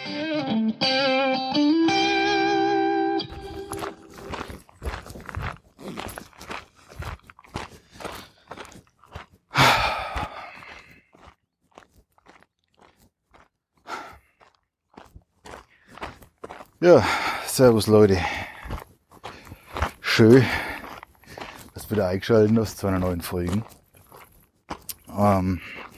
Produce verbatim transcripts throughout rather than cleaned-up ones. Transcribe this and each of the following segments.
Ja, servus Leute. Schön, dass du wieder eingeschaltet hast zu einer neuen Folge. Ähm,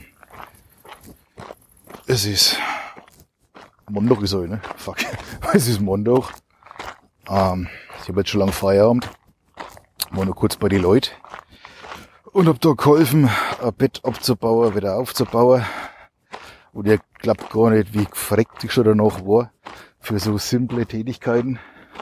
es ist Montag ist heute, ne? Fuck. Es ist Montag. Ähm, ich habe jetzt schon lange Feierabend. War nur kurz bei den Leuten. Und hab da geholfen, ein Bett abzubauen, wieder aufzubauen. Und ihr glaubt gar nicht, wie gefreckt ich schon danach war. Für so simple Tätigkeiten.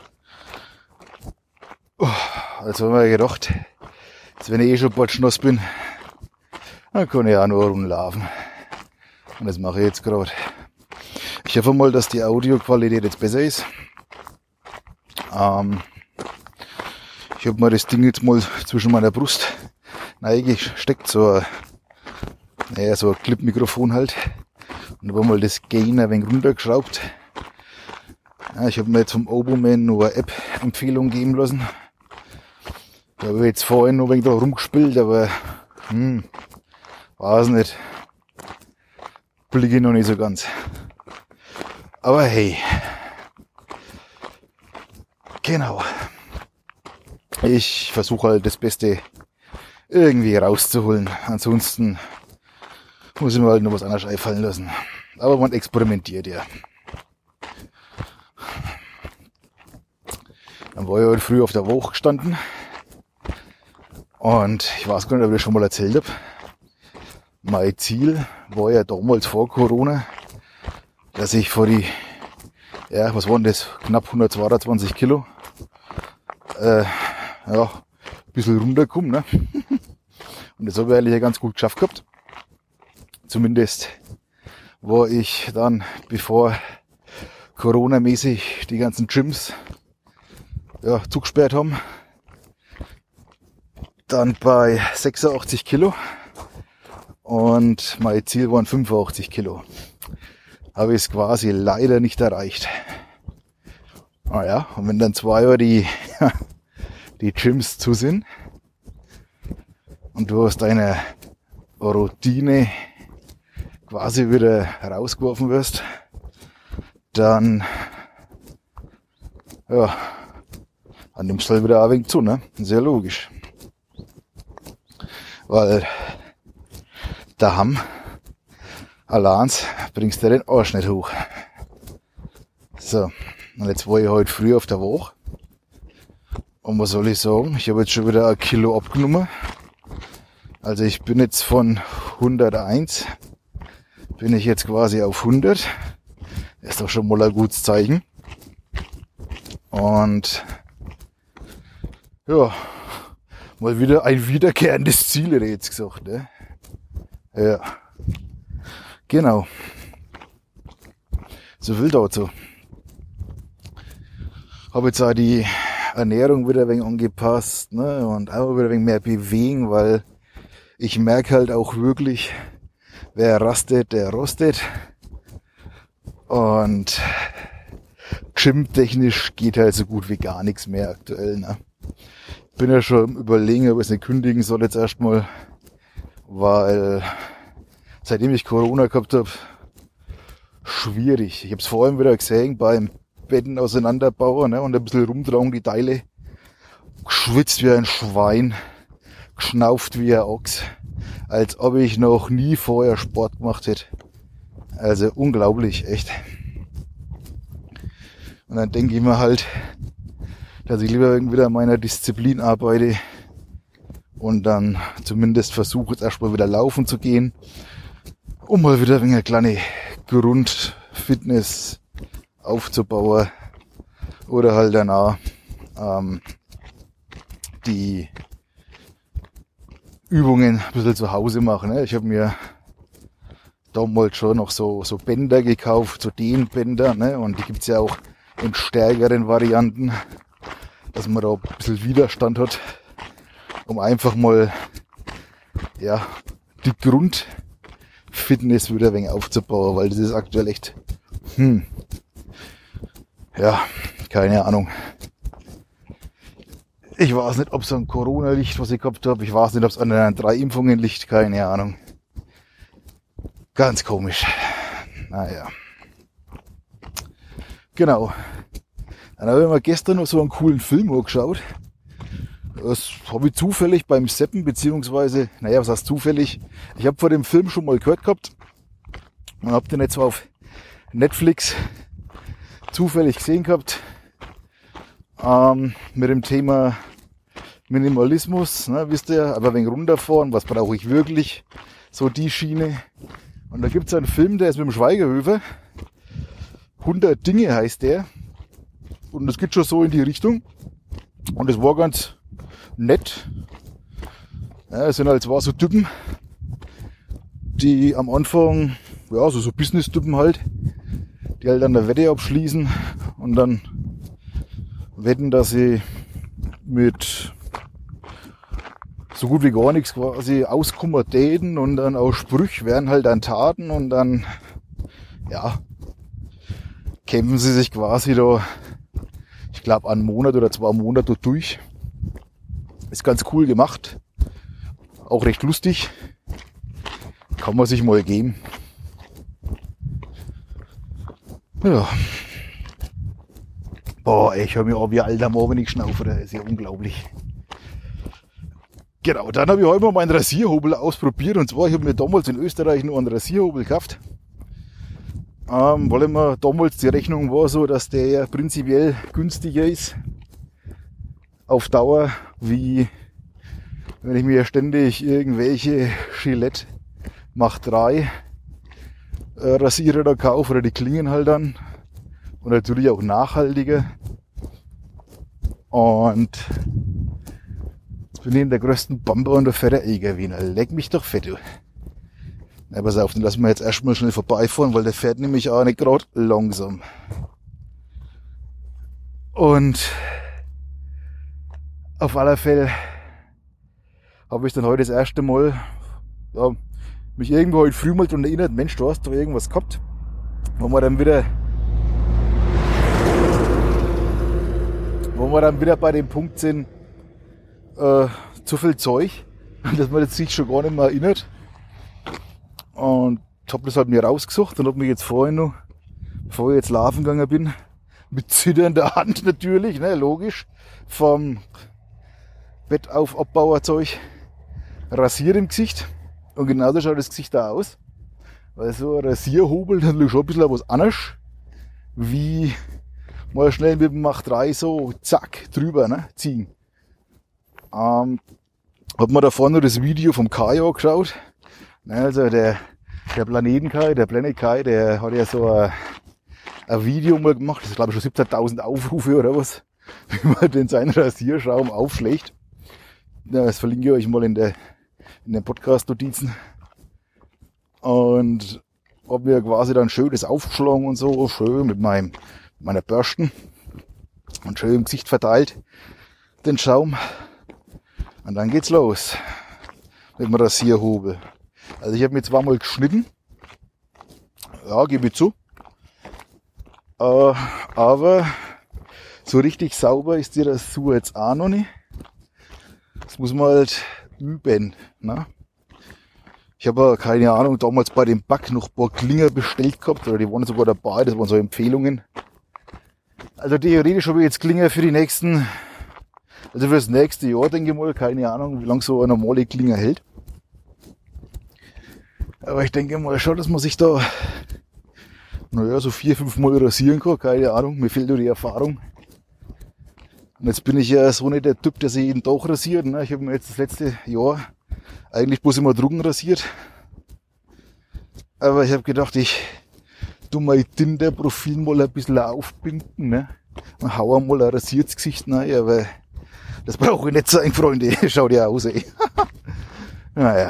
Oh, also haben wir gedacht, jetzt wenn ich eh schon bald nass bin, dann kann ich auch noch rumlaufen. Und das mache ich jetzt gerade. Ich hoffe mal, dass die Audioqualität jetzt besser ist. Ähm, ich habe mir das Ding jetzt mal zwischen meiner Brust reingesteckt, so ein, naja, so ein Clip-Mikrofon halt. Und habe mal das Gain ein wenig runtergeschraubt. Ja, ich habe mir jetzt vom Oboman noch eine App-Empfehlung geben lassen. Da habe ich jetzt vorhin noch ein wenig da rumgespielt, aber hm, weiß nicht. Blicke noch nicht so ganz. Aber hey. Genau. Ich versuche halt das Beste irgendwie rauszuholen. Ansonsten muss ich mir halt noch was anderes einfallen lassen. Aber man experimentiert ja. Dann war ich heute früh auf der Woche gestanden und ich weiß gar nicht, ob ich das schon mal erzählt habe. Mein Ziel war ja damals vor Corona, dass ich vor die, ja, was waren das, knapp hundertzweiundzwanzig Kilo, äh, ja, ein bisschen runterkomme, ne? Und das habe ich eigentlich ja ganz gut geschafft gehabt. Zumindest war ich dann, bevor Corona-mäßig die ganzen Gyms ja, zugesperrt haben, dann bei sechsundachtzig Kilo und mein Ziel waren fünfundachtzig Kilo. Habe ich es quasi leider nicht erreicht. Naja, und wenn dann zwei Jahre die, die Gyms zu sind und du aus deiner Routine quasi wieder rausgeworfen wirst, dann ja, dann nimmst du halt wieder ein wenig zu, ne? Sehr logisch. Weil daheim allein bringst du den Arsch nicht hoch. So, und jetzt war ich heute früh auf der Woche. Und was soll ich sagen? Ich habe jetzt schon wieder ein Kilo abgenommen. Also ich bin jetzt von hunderteins, bin ich jetzt quasi auf hundert. Das ist doch schon mal ein gutes Zeichen. Und ja, mal wieder ein wiederkehrendes Ziel, hätte ich jetzt gesagt, ne? Ja, genau. So viel dazu. Habe jetzt auch die Ernährung wieder ein wenig angepasst, ne? Und auch wieder ein wenig mehr bewegen, weil ich merke halt auch wirklich, wer rastet, der rostet. Und gymtechnisch geht halt so gut wie gar nichts mehr aktuell, ne? Bin ja schon am Überlegen, ob ich es nicht kündigen soll jetzt erstmal, weil seitdem ich Corona gehabt habe, schwierig. Ich habe es vor allem wieder gesehen beim Betten auseinanderbauen, ne, und ein bisschen rumtragen die Teile, geschwitzt wie ein Schwein, geschnauft wie ein Ochs, als ob ich noch nie vorher Sport gemacht hätte. Also unglaublich, echt. Und dann denke ich mir halt, dass ich lieber wieder an meiner Disziplin arbeite und dann zumindest versuche, jetzt erstmal wieder laufen zu gehen, um mal wieder eine kleine Grundfitness aufzubauen oder halt danach ähm, die Übungen ein bisschen zu Hause machen. Ne? Ich habe mir damals schon noch so, so Bänder gekauft, so Dehnbänder, ne? Und die gibt's ja auch in stärkeren Varianten, dass man da ein bisschen Widerstand hat, um einfach mal ja die Grundfitness wieder ein wenig aufzubauen, weil das ist aktuell echt hm, Ja, keine Ahnung. Ich weiß nicht, ob es ein Corona-Licht, was ich gehabt habe. Ich weiß nicht, ob es an den drei Impfungen liegt. Keine Ahnung. Ganz komisch. Naja. Genau. Dann habe ich mir gestern noch so einen coolen Film angeschaut. Das habe ich zufällig beim Seppen, beziehungsweise, naja, was heißt zufällig? Ich habe vor dem Film schon mal gehört gehabt und habe den jetzt auf Netflix zufällig gesehen gehabt. Ähm, mit dem Thema Minimalismus, ne, wisst ihr, aber ein wenig runterfahren, was brauche ich wirklich? So die Schiene. Und da gibt es einen Film, der ist mit dem Schweigerhöfer. hundert Dinge heißt der. Und das geht schon so in die Richtung. Und es war ganz nett. Ja, es sind halt zwar so Typen, die am Anfang, ja, so, so Business-Typen halt, die halt dann eine Wette abschließen und dann wetten, dass sie mit so gut wie gar nichts quasi Auskommertäten und dann auch Sprüche werden halt dann Taten und dann, ja, kämpfen sie sich quasi da, ich glaube, einen Monat oder zwei Monate durch. Ist ganz cool gemacht. Auch recht lustig. Kann man sich mal geben. Ja. Boah, ey, ich höre mich auch wie alt am Morgen nicht schnaufen. Das ist ja unglaublich. Genau, dann habe ich heute mal meinen Rasierhobel ausprobiert. Und zwar, ich habe mir damals in Österreich nur einen Rasierhobel gekauft. Ähm, weil immer damals die Rechnung war so, dass der ja prinzipiell günstiger ist. Auf Dauer, wie wenn ich mir ständig irgendwelche Gillette Mach drei äh, Rasierer da kaufe oder die klingen halt dann. Und natürlich auch nachhaltiger. Und jetzt bin ich in der größten Bamba und der fährt der Eger Wiener. Leck mich doch fett, du. Na, pass auf, den lassen wir jetzt erstmal schnell vorbeifahren, weil der fährt nämlich auch nicht gerade langsam. Und auf alle Fälle habe ich dann heute das erste Mal ja, mich irgendwo heute früh mal daran erinnert, Mensch, du hast doch irgendwas gehabt, wo wir dann wieder wo wir dann wieder bei dem Punkt sind, äh, zu viel Zeug, dass man jetzt sich schon gar nicht mehr erinnert. Und habe das halt mir rausgesucht und habe mich jetzt vorhin noch, bevor ich jetzt laufen gegangen bin, mit zitternder Hand natürlich, ne, logisch, vom Bett auf Abbauerzeug rasiert im Gesicht. Und genauso schaut das Gesicht da aus. Weil so ein Rasierhobel natürlich schon ein bisschen was anderes, wie mal schnell mit dem Mach drei so zack drüber, ne, ziehen. Ähm, hab mir da vorne das Video vom Kai angeschaut. Also der, der Planetenkai, der Planet Kai, der hat ja so ein, ein Video mal gemacht, das ist glaube ich schon siebzehntausend Aufrufe oder was, wie man den seinen Rasierschaum aufschlägt. Das verlinke ich euch mal in der in den Podcast-Notizen. Und hab mir quasi dann schön das aufgeschlagen und so, schön mit meinem meiner Bürsten und schön im Gesicht verteilt, den Schaum. Und dann geht's los mit dem Rasierhobel. Also ich habe mir zweimal geschnitten, ja, gebe ich zu, äh, aber so richtig sauber ist die Rasur jetzt auch noch nicht. Das muss man halt üben. Ne? Ich habe keine Ahnung, damals bei dem Back noch ein paar Klinger bestellt gehabt, oder die waren sogar dabei, das waren so Empfehlungen. Also theoretisch habe ich jetzt Klinger für die nächsten, also für das nächste Jahr, denke ich mal, keine Ahnung, wie lange so eine normale Klinger hält. Aber ich denke mal schon, dass man sich da, naja, so vier, fünf Mal rasieren kann, keine Ahnung, mir fehlt nur die Erfahrung. Und jetzt bin ich ja so nicht der Typ, der sich jeden Tag rasiert. Ne? Ich habe mir jetzt das letzte Jahr eigentlich bloß immer Drucken rasiert. Aber ich habe gedacht, ich tu mein Tinder-Profil mal ein bisschen aufbinden. Ne? Und hau mal ein rasiertes Gesicht rein, aber das brauche ich nicht sein, Freunde. Schaut ja aus, ey. Naja.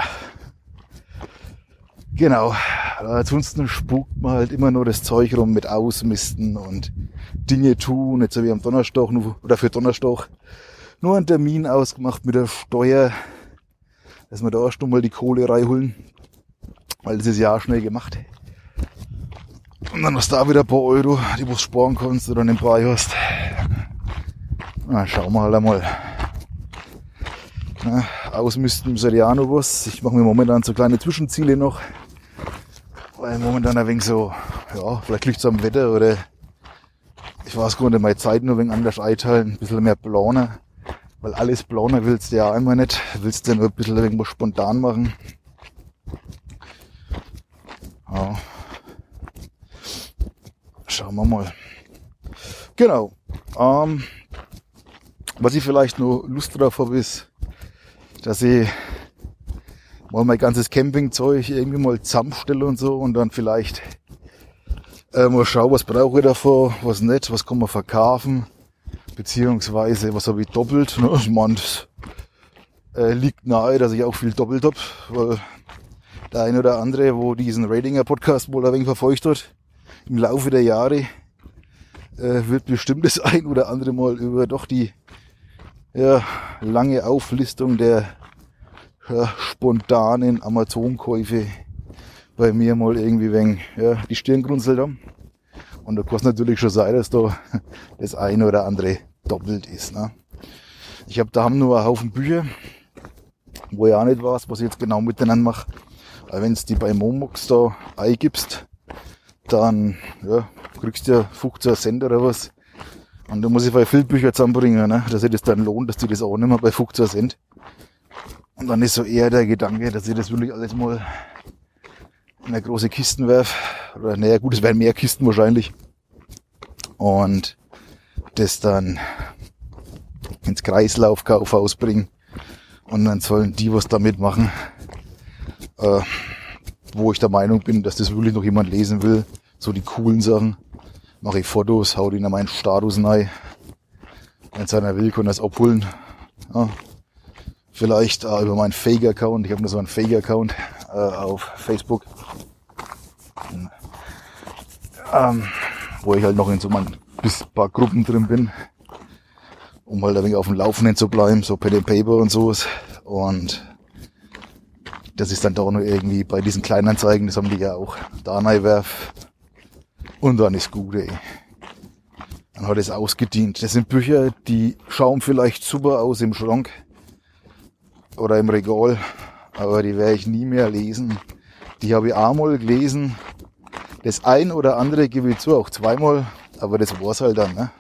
Genau. Ansonsten spukt man halt immer nur das Zeug rum mit Ausmisten und Dinge tun. Jetzt habe ich am Donnerstag nur, oder für Donnerstag nur einen Termin ausgemacht mit der Steuer, dass wir da erst mal die Kohle reinholen, weil das ist ja auch schnell gemacht. Und dann hast du da wieder ein paar Euro, die du sparen kannst oder nebenbei hast. Na, schauen wir halt einmal. Na, ausmisten soll ja auch noch was. Ich mache mir momentan so kleine Zwischenziele noch. Weil momentan ein wenig so, ja, vielleicht liegt es am Wetter oder ich weiß gar nicht, meine Zeit nur ein wenig anders einteilen, ein bisschen mehr planen. Weil alles planen willst du ja einmal nicht. Willst du nur ein bisschen irgendwo spontan machen. Ja. Schauen wir mal. Genau. Ähm, was ich vielleicht noch Lust drauf habe, ist, dass ich mal mein ganzes Campingzeug irgendwie mal zusammenstelle und so und dann vielleicht äh, mal schaue, was brauche ich davor, was nicht, was kann man verkaufen, beziehungsweise was habe ich doppelt. Ne? Ich meine, das äh, liegt nahe, dass ich auch viel doppelt habe, weil der eine oder andere, wo diesen Ratinger Podcast wohl ein wenig verfolgt hat, im Laufe der Jahre äh, wird bestimmt das ein oder andere Mal über doch die ja, lange Auflistung der ja, spontanen Amazon-Käufe bei mir mal irgendwie wegen ja, die Stirn grunzelt haben. Und da kann es natürlich schon sein, dass da das eine oder andere doppelt ist. Ne? Ich habe daheim nur einen Haufen Bücher, wo ich auch nicht weiß, was ich jetzt genau miteinander mache. Weil wenn du die bei Momox da eingibst, dann ja, kriegst du ja fünfzehn Cent oder was. Und da muss ich vielleicht viele Bücher zusammenbringen, ne? Dass sich das dann lohnt, dass die das auch nicht mehr bei fünfzehn Cent. Und dann ist so eher der Gedanke, dass ich das wirklich alles mal in eine große Kisten werf. Oder naja gut, es wären mehr Kisten wahrscheinlich. Und das dann ins Kreislaufkaufhaus bringen. Und dann sollen die was damit machen. Äh, wo ich der Meinung bin, dass das wirklich noch jemand lesen will. So die coolen Sachen. Mache ich Fotos, hau die in meinen Status rein. Wenn es einer will, kann er es abholen. Ja. Vielleicht äh, über meinen Fake-Account. Ich habe nur so einen Fake-Account äh, auf Facebook. Ähm, wo ich halt noch in so ein paar Gruppen drin bin. Um halt ein wenig auf dem Laufenden zu bleiben. So Pen and Paper und sowas. Und das ist dann doch noch irgendwie bei diesen Kleinanzeigen, das haben die ja auch, da reinwerf. Und dann ist gut, ey. Dann hat es ausgedient. Das sind Bücher, die schauen vielleicht super aus im Schrank oder im Regal, aber die werde ich nie mehr lesen. Die habe ich einmal gelesen. Das ein oder andere gebe ich zu, auch zweimal, aber das war's halt dann, ne?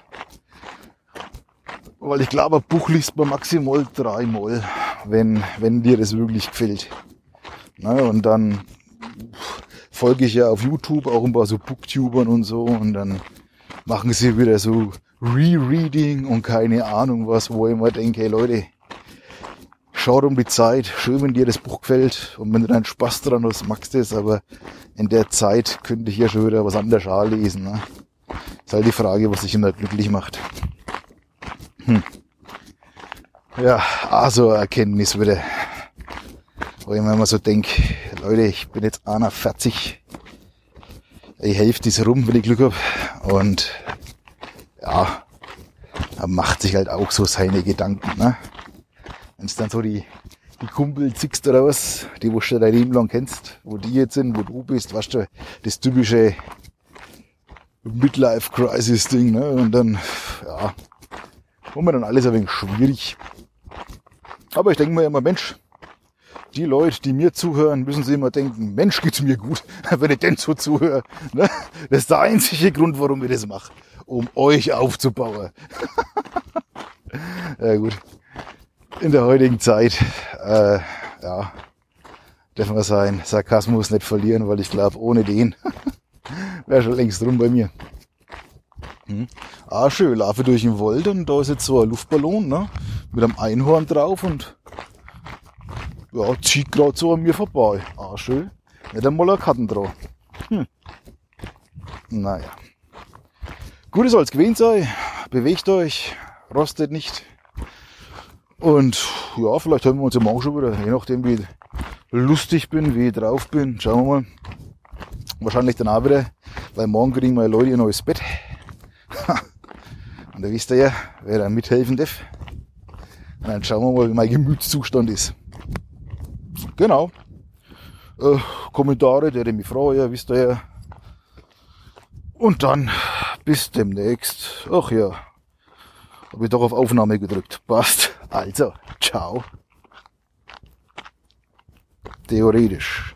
Weil ich glaube, ein Buch liest man maximal dreimal, wenn, wenn dir das wirklich gefällt. Na, und dann folge ich ja auf YouTube auch ein paar so Booktubern und so und dann machen sie wieder so Rereading und keine Ahnung was, wo ich immer denke, hey Leute, schaut um die Zeit, schön, wenn dir das Buch gefällt und wenn du dann Spaß dran hast, magst du es, aber in der Zeit könnte ich ja schon wieder was anderes lesen. Ne? Ist halt die Frage, was sich immer glücklich macht. Hm. Ja, also Erkenntnis wieder. Wo ich mir immer so denke, Leute, ich bin jetzt einundvierzig. Die Hälfte ist rum, wenn ich Glück hab. Und ja, man macht sich halt auch so seine Gedanken. Ne? Wenn es dann so die, die Kumpel zickst oder was, die wo du dein Leben lang kennst, wo die jetzt sind, wo du bist, weißt du, das typische Midlife-Crisis-Ding. Ne? Und dann, ja, haben wir dann alles ein wenig schwierig. Aber ich denke mir immer, Mensch, die Leute, die mir zuhören, müssen sich immer denken, Mensch, geht's mir gut, wenn ich denn so zuhöre. Ne? Das ist der einzige Grund, warum ich das mache, um euch aufzubauen. Ja gut, in der heutigen Zeit, äh, ja, dürfen wir seinen Sarkasmus nicht verlieren, weil ich glaube, ohne den wäre schon längst rum bei mir. Hm. Ah, schön, laufe durch den Wald und da ist jetzt so ein Luftballon, ne, mit einem Einhorn drauf und ja, zieht gerade so an mir vorbei. Ah, schön. Nicht einmal ein Karten drauf. Hm. Naja. Gut, es soll es gewesen sein. Bewegt euch. Rostet nicht. Und ja, vielleicht hören wir uns ja morgen schon wieder. Je nachdem, wie ich lustig bin, wie ich drauf bin. Schauen wir mal. Wahrscheinlich dann auch wieder. Weil morgen kriegen meine Leute ein neues Bett. Und da wisst ihr ja, wer da mithelfen darf. Und dann schauen wir mal, wie mein Gemütszustand ist. Genau. Äh, Kommentare, der mich freuen, wisst ihr ja. Und dann bis demnächst. Ach ja, habe ich doch auf Aufnahme gedrückt. Passt. Also, ciao. Theoretisch.